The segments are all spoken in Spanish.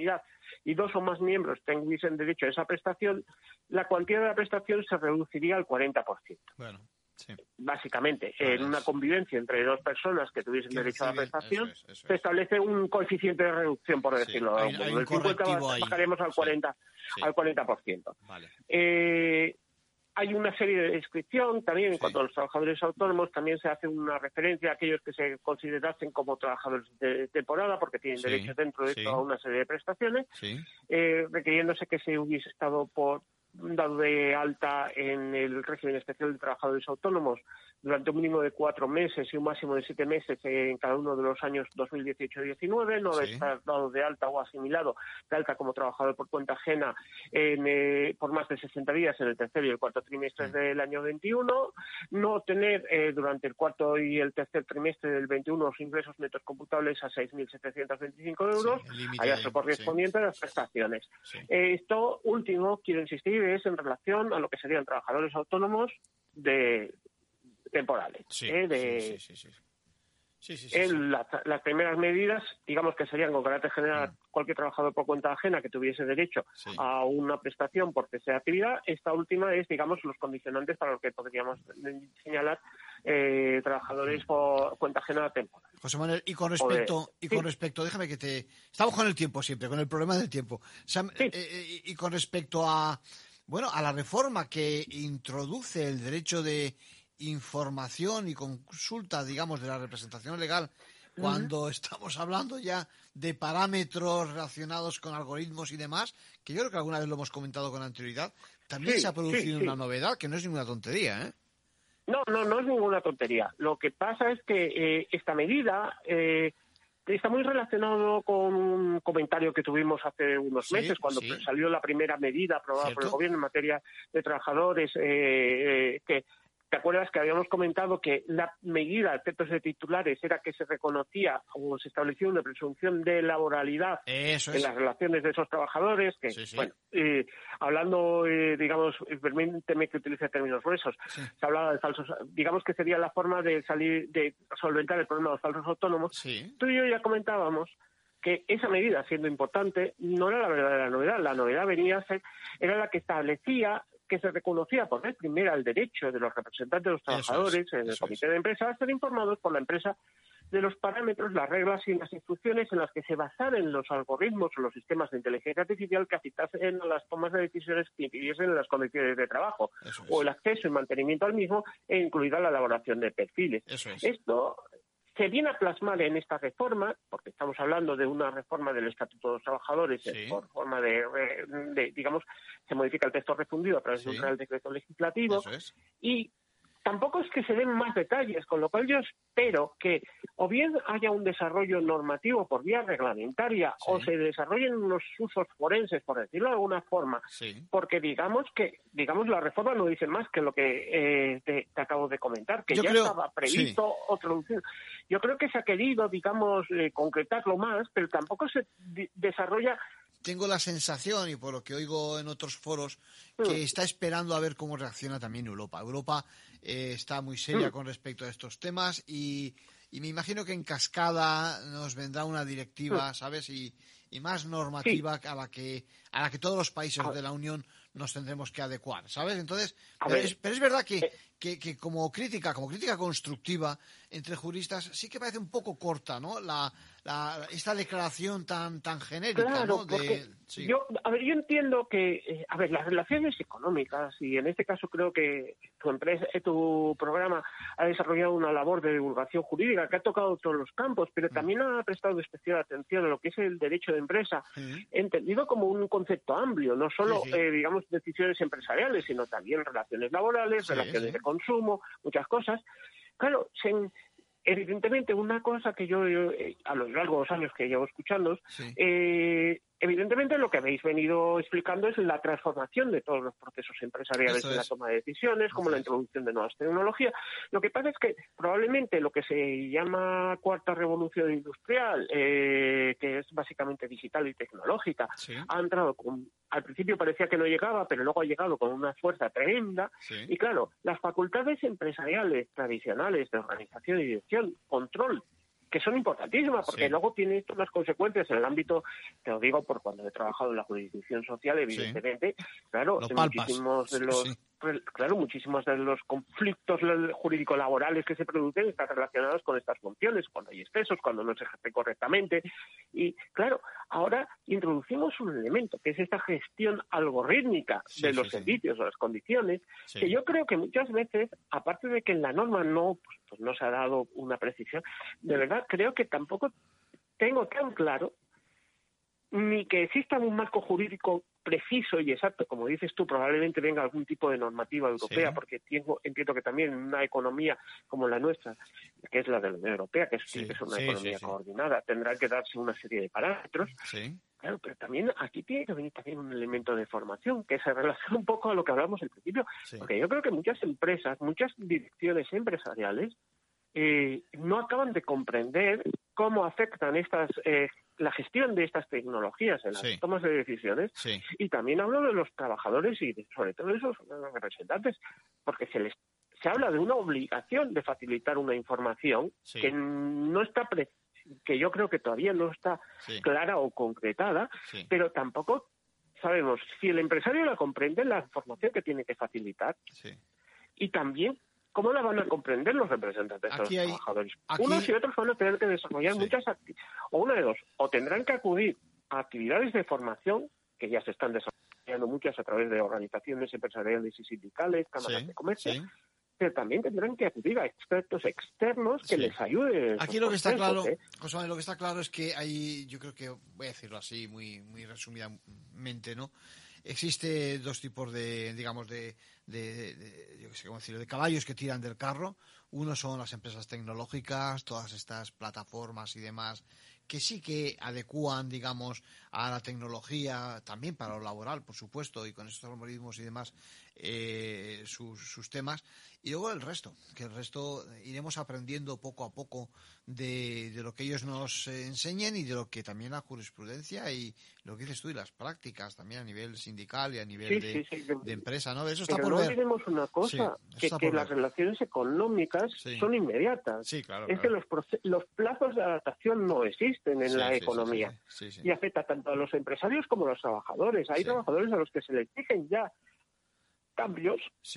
unidad y 2 o más miembros tuviesen derecho a esa prestación, la cuantía de la prestación se reduciría al 40%. Bueno, sí. Básicamente, en una convivencia entre 2 personas que tuviesen derecho a la prestación, se establece un coeficiente de reducción, por decirlo. Hay un 50 correctivo ahí. bajaremos al 40%. Al 40%. Vale. Hay una serie de descripción también en cuanto a los trabajadores autónomos. También se hace una referencia a aquellos que se considerasen como trabajadores de temporada porque tienen derecho dentro de esto a una serie de prestaciones, requiriéndose que se hubiese estado dado de alta en el régimen especial de trabajadores autónomos durante un mínimo de 4 meses y un máximo de 7 meses en cada uno de los años 2018 y 2019, no de estar dado de alta o asimilado de alta como trabajador por cuenta ajena por más de 60 días en el tercer y el cuarto trimestre del año 21, no tener durante el cuarto y el tercer trimestre del 21 los ingresos netos computables a 6.725 euros, allá se correspondiente a las prestaciones. Esto último, quiero insistir, es en relación a lo que serían trabajadores autónomos temporales. Las primeras medidas, digamos que serían con carácter general cualquier trabajador por cuenta ajena que tuviese derecho a una prestación por cese de actividad. Esta última es, digamos, los condicionantes para los que podríamos señalar trabajadores por cuenta ajena temporal. José Manuel, y con respecto, déjame que estamos con el tiempo siempre, con el problema del tiempo. Y con respecto a la reforma que introduce el derecho de información y consulta, digamos, de la representación legal, cuando estamos hablando ya de parámetros relacionados con algoritmos y demás, que yo creo que alguna vez lo hemos comentado con anterioridad, también se ha producido una novedad que no es ninguna tontería, ¿eh? No es ninguna tontería. Lo que pasa es que esta medida está muy relacionado con un comentario que tuvimos hace unos meses, cuando salió la primera medida aprobada por el Gobierno en materia de trabajadores, que ¿te acuerdas que habíamos comentado que la medida a efectos de titulares era que se reconocía o se establecía una presunción de laboralidad en las relaciones de esos trabajadores? Hablando, digamos, permíteme que utilice términos gruesos, se hablaba de falsos, digamos que sería la forma de solventar el problema de los falsos autónomos. Tú y yo ya comentábamos que esa medida, siendo importante, no era la verdadera novedad. La novedad era la que establecía que se reconocía por vez primera el derecho de los representantes de los trabajadores en el comité de empresa a ser informados por la empresa de los parámetros, las reglas y las instrucciones en las que se basaran los algoritmos o los sistemas de inteligencia artificial que afectasen a las tomas de decisiones que incidiesen en las condiciones de trabajo o el acceso y mantenimiento al mismo, e incluida la elaboración de perfiles. Esto se viene a plasmar en esta reforma, porque estamos hablando de una reforma del Estatuto de los Trabajadores, por forma digamos, se modifica el texto refundido a través de un Real Decreto Legislativo, y tampoco es que se den más detalles, con lo cual yo espero que o bien haya un desarrollo normativo por vía reglamentaria o se desarrollen unos usos forenses, por decirlo de alguna forma, porque digamos la reforma no dice más que lo que te acabo de comentar, que estaba previsto o traducido. Yo creo que se ha querido, digamos, concretarlo más, pero tampoco se desarrolla. Tengo la sensación, y por lo que oigo en otros foros, que está esperando a ver cómo reacciona también Europa. Europa está muy seria con respecto a estos temas y me imagino que en cascada nos vendrá una directiva, ¿sabes? Y más normativa a la que todos los países de la Unión nos tendremos que adecuar, ¿sabes? Entonces, pero es verdad que como crítica constructiva entre juristas sí que parece un poco corta, ¿no? Esta declaración tan genérica, claro, ¿no? Yo entiendo que, las relaciones económicas, y en este caso creo que tu programa ha desarrollado una labor de divulgación jurídica que ha tocado todos los campos, pero también ha prestado especial atención a lo que es el derecho de empresa, entendido como un concepto amplio, no solo, digamos, decisiones empresariales, sino también relaciones laborales, relaciones de consumo, muchas cosas. Claro, evidentemente una cosa que yo a lo largo de los años que llevo escuchando, evidentemente lo que habéis venido explicando es la transformación de todos los procesos empresariales en la toma de decisiones, como la introducción de nuevas tecnologías. Lo que pasa es que probablemente lo que se llama cuarta revolución industrial, que es básicamente digital y tecnológica, ha entrado al principio parecía que no llegaba, pero luego ha llegado con una fuerza tremenda. Y claro, las facultades empresariales tradicionales de organización y dirección, control, que son importantísimas, porque luego tiene esto unas consecuencias en el ámbito, te lo digo por cuando he trabajado en la jurisdicción social, evidentemente, claro, muchísimos de los conflictos jurídico-laborales que se producen están relacionados con estas funciones, cuando hay excesos, cuando no se ejerce correctamente. Y claro, ahora introducimos un elemento, que es esta gestión algorítmica de los servicios o las condiciones, que yo creo que muchas veces, aparte de que en la norma no se ha dado una precisión, de verdad creo que tampoco tengo tan claro ni que exista un marco jurídico preciso y exacto, como dices tú, probablemente venga algún tipo de normativa europea, porque entiendo que también en una economía como la nuestra, que es la de la Unión Europea, que es una economía coordinada, tendrán que darse una serie de parámetros. Claro, pero también aquí tiene que venir también un elemento de formación que se relaciona un poco a lo que hablamos al principio, porque yo creo que muchas empresas, muchas direcciones empresariales no acaban de comprender cómo afectan la gestión de estas tecnologías en las tomas de decisiones, y también hablo de los trabajadores y sobre todo de esos representantes, porque se habla de una obligación de facilitar una información que no está que yo creo que todavía no está clara o concretada, pero tampoco sabemos si el empresario la comprende, la información que tiene que facilitar, y también ¿cómo la van a comprender los representantes de los trabajadores? Unos y otros van a tener que desarrollar muchas actividades, o una de dos, o tendrán que acudir a actividades de formación, que ya se están desarrollando muchas a través de organizaciones empresariales y sindicales, cámaras de comercio, pero también tendrán que acudir a expertos externos que les ayuden. Aquí lo que está claro, José Manuel, lo que está claro es que hay, yo creo que, voy a decirlo así, muy, muy resumidamente, ¿no? Existe dos tipos de, digamos, yo qué sé cómo decirlo, de caballos que tiran del carro. Uno son las empresas tecnológicas, todas estas plataformas y demás, que sí que adecúan, digamos, a la tecnología, también para lo laboral, por supuesto, y con estos algoritmos y demás, sus temas. Y luego el resto iremos aprendiendo poco a poco de lo que ellos nos enseñen y de lo que también la jurisprudencia y lo que dices tú y las prácticas también a nivel sindical y a nivel de empresa, ¿no? Eso está por ver. Pero no olvidemos una cosa, que las relaciones económicas son inmediatas. Es que los plazos de adaptación no existen en la economía y afecta tanto a los empresarios como a los trabajadores. Hay trabajadores a los que se les exigen ya cambios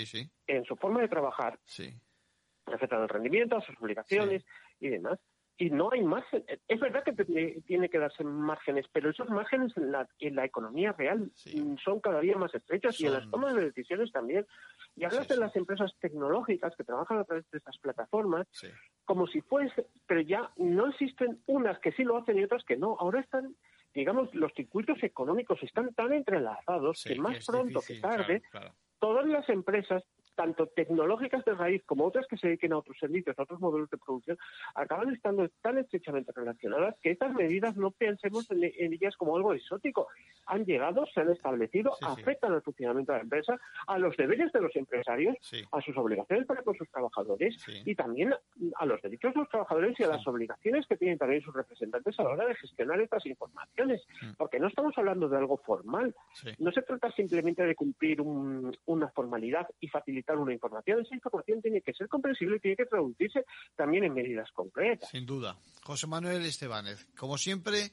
en su forma de trabajar, afectan el rendimiento, a sus obligaciones y demás. Y no hay margen. Es verdad que tiene que darse márgenes, pero esos márgenes en la economía real son cada día más estrechos y en las tomas de decisiones también. Y hablas de las empresas tecnológicas que trabajan a través de estas plataformas como si fuese, pero ya no existen unas que sí lo hacen y otras que no. Ahora están, digamos, los circuitos económicos están tan entrelazados que más pronto que tarde todas las empresas, tanto tecnológicas de raíz como otras que se dediquen a otros servicios, a otros modelos de producción, acaban estando tan estrechamente relacionadas que estas medidas no pensemos en ellas como algo exótico. Han llegado, se han establecido, afectan al funcionamiento de la empresa, a los deberes de los empresarios, a sus obligaciones para con sus trabajadores y también a los derechos de los trabajadores y a las obligaciones que tienen también sus representantes a la hora de gestionar estas informaciones. Porque no estamos hablando de algo formal. No se trata simplemente de cumplir una formalidad y facilitar una información. Esa información tiene que ser comprensible y tiene que traducirse también en medidas concretas. Sin duda. José Manuel Estebánez, como siempre,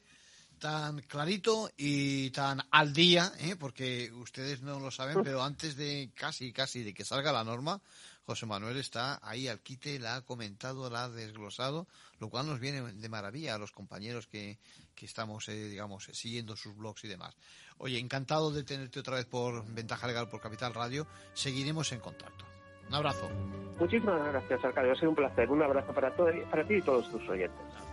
tan clarito y tan al día, porque ustedes no lo saben, pero antes de casi de que salga la norma, José Manuel está ahí al quite, la ha comentado, la ha desglosado, lo cual nos viene de maravilla a los compañeros que estamos, digamos, siguiendo sus blogs y demás. Oye, encantado de tenerte otra vez por Ventaja Legal, por Capital Radio. Seguiremos en contacto. Un abrazo. Muchísimas gracias, Arcadio. Ha sido un placer. Un abrazo para ti y todos tus oyentes.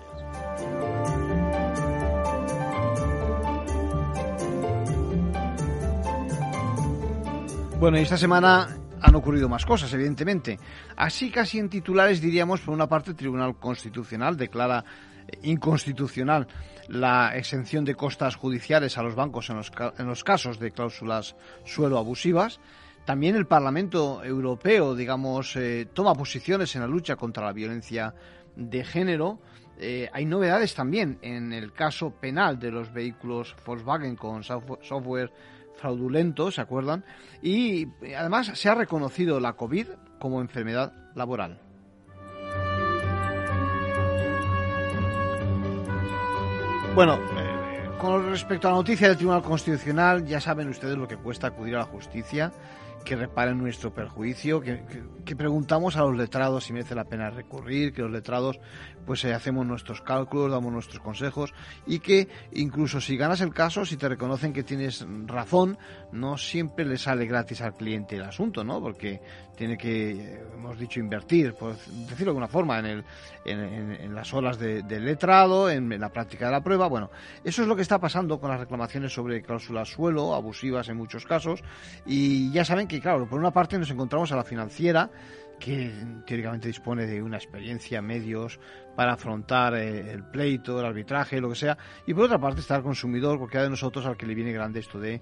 Bueno, y esta semana han ocurrido más cosas, evidentemente. Así casi en titulares diríamos, por una parte, el Tribunal Constitucional declara inconstitucional la exención de costas judiciales a los bancos en los casos de cláusulas suelo abusivas. También el Parlamento Europeo, digamos, toma posiciones en la lucha contra la violencia de género. Hay novedades también en el caso penal de los vehículos Volkswagen con software fraudulento, ¿se acuerdan? Y además se ha reconocido la COVID como enfermedad laboral. Bueno, con respecto a la noticia del Tribunal Constitucional, ya saben ustedes lo que cuesta acudir a la justicia, que reparen nuestro perjuicio, que preguntamos a los letrados si merece la pena recurrir, que los letrados pues hacemos nuestros cálculos, damos nuestros consejos, y que incluso si ganas el caso, si te reconocen que tienes razón, no siempre le sale gratis al cliente el asunto, ¿no? Porque tiene que, hemos dicho, invertir, por decirlo de alguna forma, en las horas del letrado, en la práctica de la prueba. Bueno, eso es lo que está pasando con las reclamaciones sobre cláusulas suelo, abusivas en muchos casos, y ya saben que, claro, por una parte nos encontramos a la financiera, que teóricamente dispone de una experiencia, medios para afrontar el pleito, el arbitraje, lo que sea, y por otra parte está el consumidor, cualquiera de nosotros al que le viene grande esto de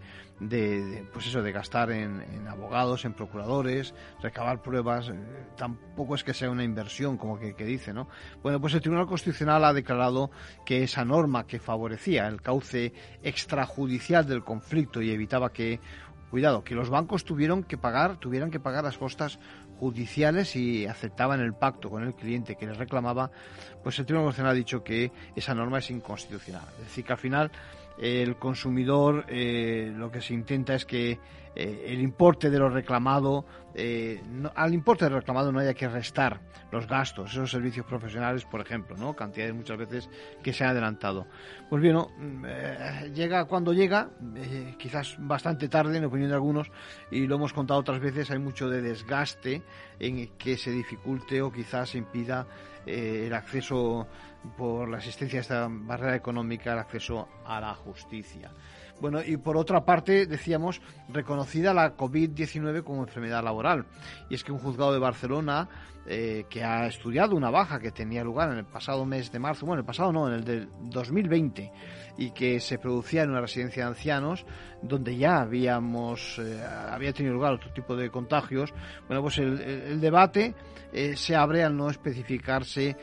gastar en abogados, en procuradores, recabar pruebas. Tampoco es que sea una inversión como que dice, ¿no? Bueno, pues el Tribunal Constitucional ha declarado que esa norma que favorecía el cauce extrajudicial del conflicto y evitaba que los bancos tuvieran que pagar las costas judiciales y aceptaban el pacto con el cliente que les reclamaba, pues el Tribunal Constitucional ha dicho que esa norma es inconstitucional. Es decir, que al final el consumidor lo que se intenta es que el importe de lo reclamado, al importe de lo reclamado no haya que restar los gastos, esos servicios profesionales, por ejemplo, ¿no? Cantidades muchas veces que se han adelantado. Pues bien, llega cuando llega, quizás bastante tarde en opinión de algunos, y lo hemos contado otras veces, hay mucho de desgaste en que se dificulte o quizás se impida el acceso, por la existencia de esta barrera económica, el acceso a la justicia. Bueno, y por otra parte, decíamos, reconocida la COVID-19 como enfermedad laboral. Y es que un juzgado de Barcelona, que ha estudiado una baja que tenía lugar en el pasado mes de marzo, bueno, el pasado no, en el del 2020, y que se producía en una residencia de ancianos, donde ya había tenido lugar otro tipo de contagios. Bueno, pues el debate se abre al no especificarse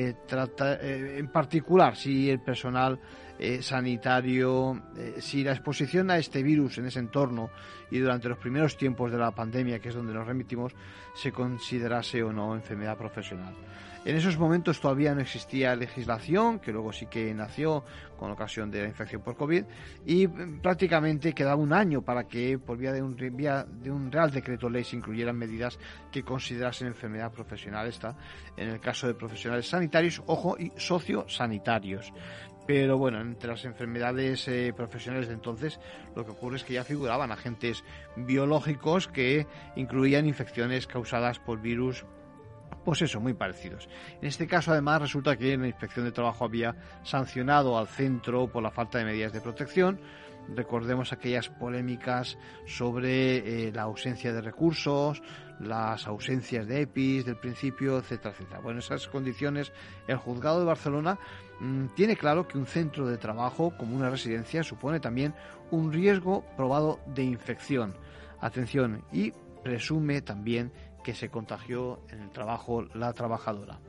en particular si el personal sanitario, si la exposición a este virus en ese entorno y durante los primeros tiempos de la pandemia, que es donde nos remitimos, se considerase o no enfermedad profesional. En esos momentos todavía no existía legislación, que luego sí que nació con ocasión de la infección por COVID, y prácticamente quedaba un año para que, por vía de un Real Decreto Ley, se incluyeran medidas que considerasen enfermedad profesional, en el caso de profesionales sanitarios, ojo, y sociosanitarios. Pero bueno, entre las enfermedades profesionales de entonces, lo que ocurre es que ya figuraban agentes biológicos que incluían infecciones causadas por virus, pues eso, muy parecidos. En este caso, además, resulta que la Inspección de Trabajo había sancionado al centro por la falta de medidas de protección. Recordemos aquellas polémicas sobre la ausencia de recursos, las ausencias de EPIs del principio, etcétera, etcétera. Bueno, en esas condiciones, el Juzgado de Barcelona tiene claro que un centro de trabajo, como una residencia, supone también un riesgo probado de infección. Atención, y presume también que se contagió en el trabajo la trabajadora.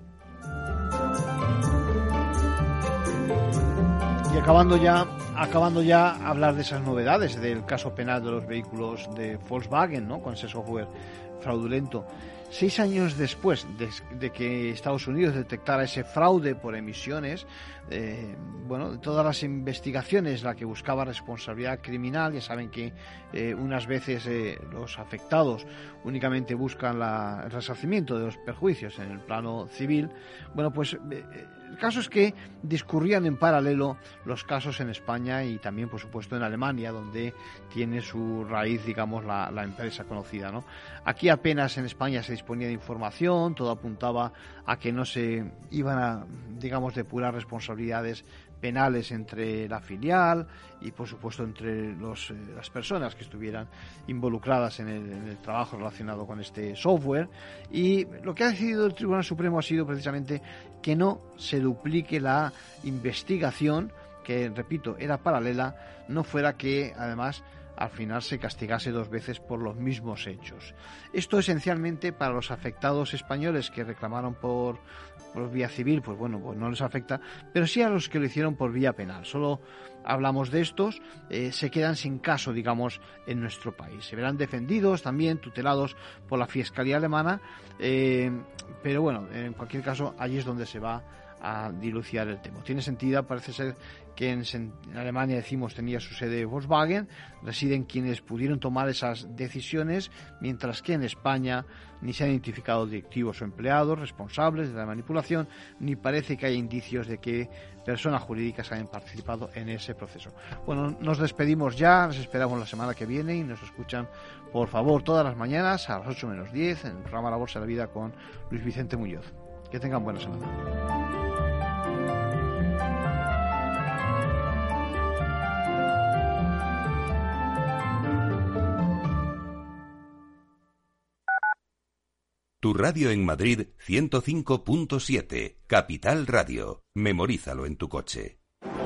Y acabando ya hablar de esas novedades del caso penal de los vehículos de Volkswagen, ¿no? Con ese software fraudulento. 6 años después de que Estados Unidos detectara ese fraude por emisiones, de todas las investigaciones, la que buscaba responsabilidad criminal, ya saben que unas veces los afectados únicamente buscan el resarcimiento de los perjuicios en el plano civil. Bueno, pues el caso es que discurrían en paralelo los casos en España y también, por supuesto, en Alemania, donde tiene su raíz, digamos, la empresa conocida, ¿no? Aquí apenas en España se disponía de información, todo apuntaba a que no se iban a, digamos, depurar responsabilidades penales entre la filial y, por supuesto, entre las personas que estuvieran involucradas en el trabajo relacionado con este software. Y lo que ha decidido el Tribunal Supremo ha sido precisamente que no se duplique la investigación, que, repito, era paralela, no fuera que, además, al final se castigase 2 veces por los mismos hechos. Esto esencialmente para los afectados españoles que reclamaron por vía civil, pues no les afecta, pero sí a los que lo hicieron por vía penal. Solo hablamos de estos, se quedan sin caso, digamos, en nuestro país. Se verán defendidos, también tutelados por la Fiscalía alemana, pero bueno, en cualquier caso, allí es donde se va a dilucidar el tema. Tiene sentido, parece ser que en Alemania, decimos, tenía su sede Volkswagen, residen quienes pudieron tomar esas decisiones, mientras que en España ni se han identificado directivos o empleados responsables de la manipulación, ni parece que haya indicios de que personas jurídicas hayan participado en ese proceso. Bueno, nos despedimos ya, nos esperamos la semana que viene y nos escuchan, por favor, todas las mañanas a las 8 menos 10 en el programa La Bolsa de la Vida con Luis Vicente Muñoz. Que tengan buena semana. Tu radio en Madrid 105.7, Capital Radio. Memorízalo en tu coche.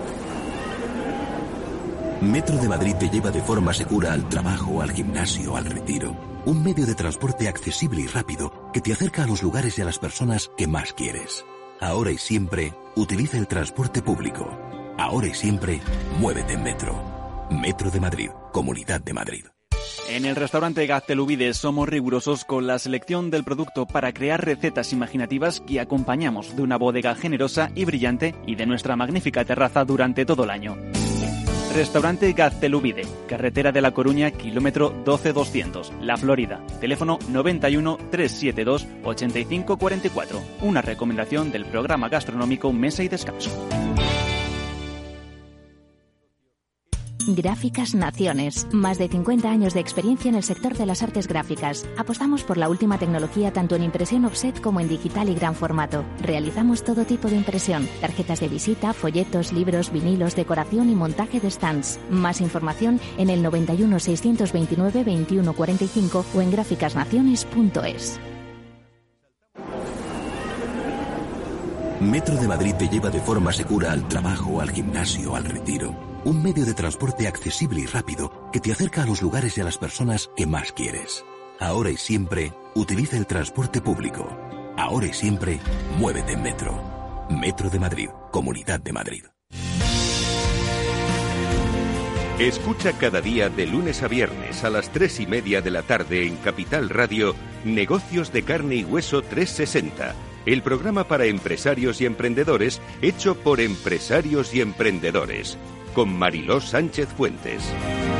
Metro de Madrid te lleva de forma segura al trabajo, al gimnasio, al retiro. Un medio de transporte accesible y rápido que te acerca a los lugares y a las personas que más quieres. Ahora y siempre, utiliza el transporte público. Ahora y siempre, muévete en Metro. Metro de Madrid, Comunidad de Madrid. En el restaurante Gaztelubides somos rigurosos con la selección del producto para crear recetas imaginativas que acompañamos de una bodega generosa y brillante y de nuestra magnífica terraza durante todo el año. Restaurante Gaztelubide, carretera de La Coruña, kilómetro 12200, La Florida. Teléfono 91 372 8544. Una recomendación del programa gastronómico Mesa y Descanso. Gráficas Naciones. Más de 50 años de experiencia en el sector de las artes gráficas. Apostamos por la última tecnología tanto en impresión offset como en digital y gran formato. Realizamos todo tipo de impresión. Tarjetas de visita, folletos, libros, vinilos, decoración y montaje de stands. Más información en el 91 629 21 45 o en gráficasnaciones.es. Metro de Madrid te lleva de forma segura al trabajo, al gimnasio, al retiro. Un medio de transporte accesible y rápido que te acerca a los lugares y a las personas que más quieres. Ahora y siempre, utiliza el transporte público. Ahora y siempre, muévete en Metro. Metro de Madrid, Comunidad de Madrid. Escucha cada día de lunes a viernes a las 3:30 de la tarde en Capital Radio, Negocios de Carne y Hueso 360. El programa para empresarios y emprendedores hecho por empresarios y emprendedores. Con Mariló Sánchez Fuentes.